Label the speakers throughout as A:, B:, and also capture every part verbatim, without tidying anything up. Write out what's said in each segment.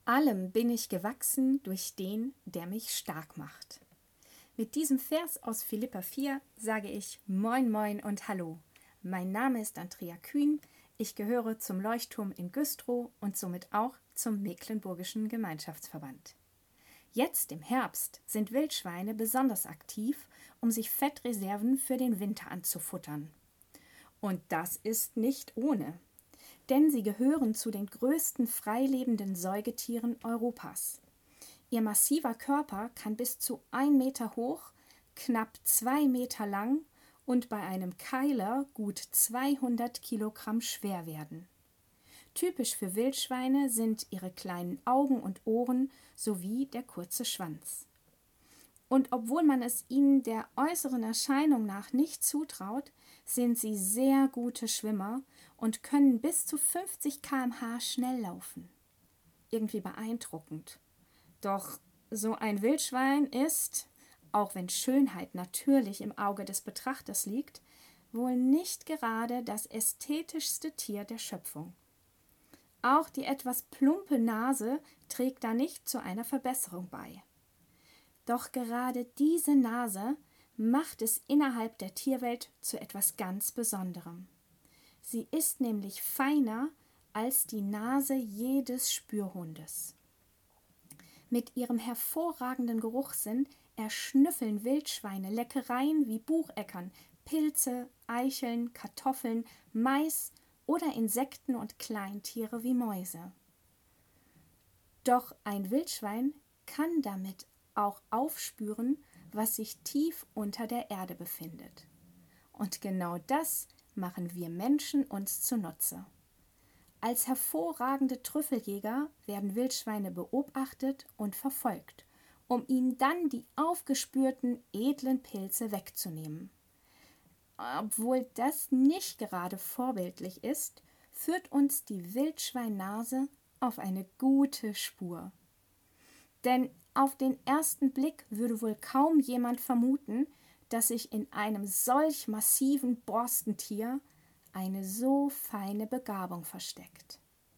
A: Allem bin ich gewachsen durch den, der mich stark macht. Mit diesem Vers aus Philipper vier sage ich Moin Moin und Hallo. Mein Name ist Andrea Kühn, ich gehöre zum Leuchtturm in Güstrow und somit auch zum Mecklenburgischen Gemeinschaftsverband. Jetzt im Herbst sind Wildschweine besonders aktiv, um sich Fettreserven für den Winter anzufuttern. Und das ist nicht ohne, denn sie gehören zu den größten freilebenden Säugetieren Europas. Ihr massiver Körper kann bis zu ein Meter hoch, knapp zwei Meter lang und bei einem Keiler gut zweihundert Kilogramm schwer werden. Typisch für Wildschweine sind ihre kleinen Augen und Ohren sowie der kurze Schwanz. Und obwohl man es ihnen der äußeren Erscheinung nach nicht zutraut, sind sie sehr gute Schwimmer und können bis zu fünfzig Kilometer pro Stunde schnell laufen. Irgendwie beeindruckend. Doch so ein Wildschwein ist, auch wenn Schönheit natürlich im Auge des Betrachters liegt, wohl nicht gerade das ästhetischste Tier der Schöpfung. Auch die etwas plumpe Nase trägt da nicht zu einer Verbesserung bei. Doch gerade diese Nase macht es innerhalb der Tierwelt zu etwas ganz Besonderem. Sie ist nämlich feiner als die Nase jedes Spürhundes. Mit ihrem hervorragenden Geruchssinn erschnüffeln Wildschweine Leckereien wie Bucheckern, Pilze, Eicheln, Kartoffeln, Mais oder Insekten und Kleintiere wie Mäuse. Doch ein Wildschwein kann damit auch aufspüren, was sich tief unter der Erde befindet. Und genau das machen wir Menschen uns zunutze. Als hervorragende Trüffeljäger werden Wildschweine beobachtet und verfolgt, um ihnen dann die aufgespürten edlen Pilze wegzunehmen. Obwohl das nicht gerade vorbildlich ist, führt uns die Wildschweinnase auf eine gute Spur. Denn auf den ersten Blick würde wohl kaum jemand vermuten, dass sich in einem solch massiven Borstentier eine so feine Begabung versteckt.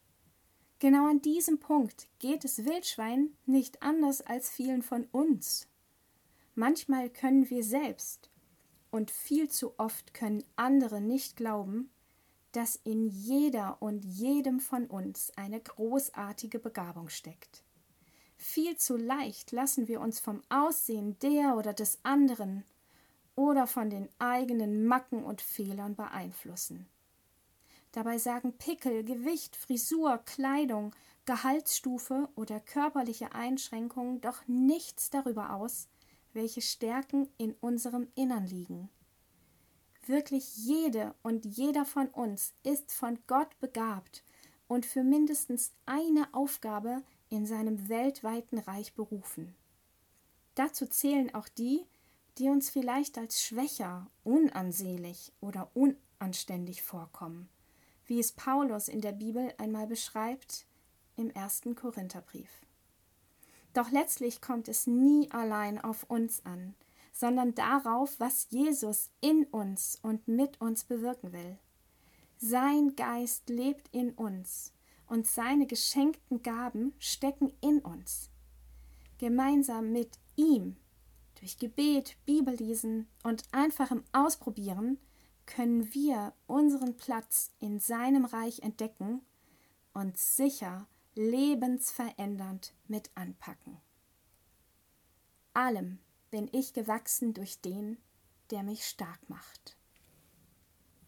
A: Genau an diesem Punkt geht es Wildschwein nicht anders als vielen von uns. Manchmal können wir selbst und viel zu oft können andere nicht glauben, dass in jeder und jedem von uns eine großartige Begabung steckt. Viel zu leicht lassen wir uns vom Aussehen der oder des anderen oder von den eigenen Macken und Fehlern beeinflussen. Dabei sagen Pickel, Gewicht, Frisur, Kleidung, Gehaltsstufe oder körperliche Einschränkungen doch nichts darüber aus, welche Stärken in unserem Innern liegen. Wirklich jede und jeder von uns ist von Gott begabt und für mindestens eine Aufgabe in seinem weltweiten Reich berufen. Dazu zählen auch die, die uns vielleicht als schwächer, unansehlich oder unanständig vorkommen, wie es Paulus in der Bibel einmal beschreibt im ersten Korintherbrief. Doch letztlich kommt es nie allein auf uns an, sondern darauf, was Jesus in uns und mit uns bewirken will. Sein Geist lebt in uns und seine geschenkten Gaben stecken in uns. Gemeinsam mit ihm, durch Gebet, Bibellesen und einfachem Ausprobieren, können wir unseren Platz in seinem Reich entdecken und sicher lebensverändernd mit anpacken. Allem bin ich gewachsen durch den, der mich stark macht.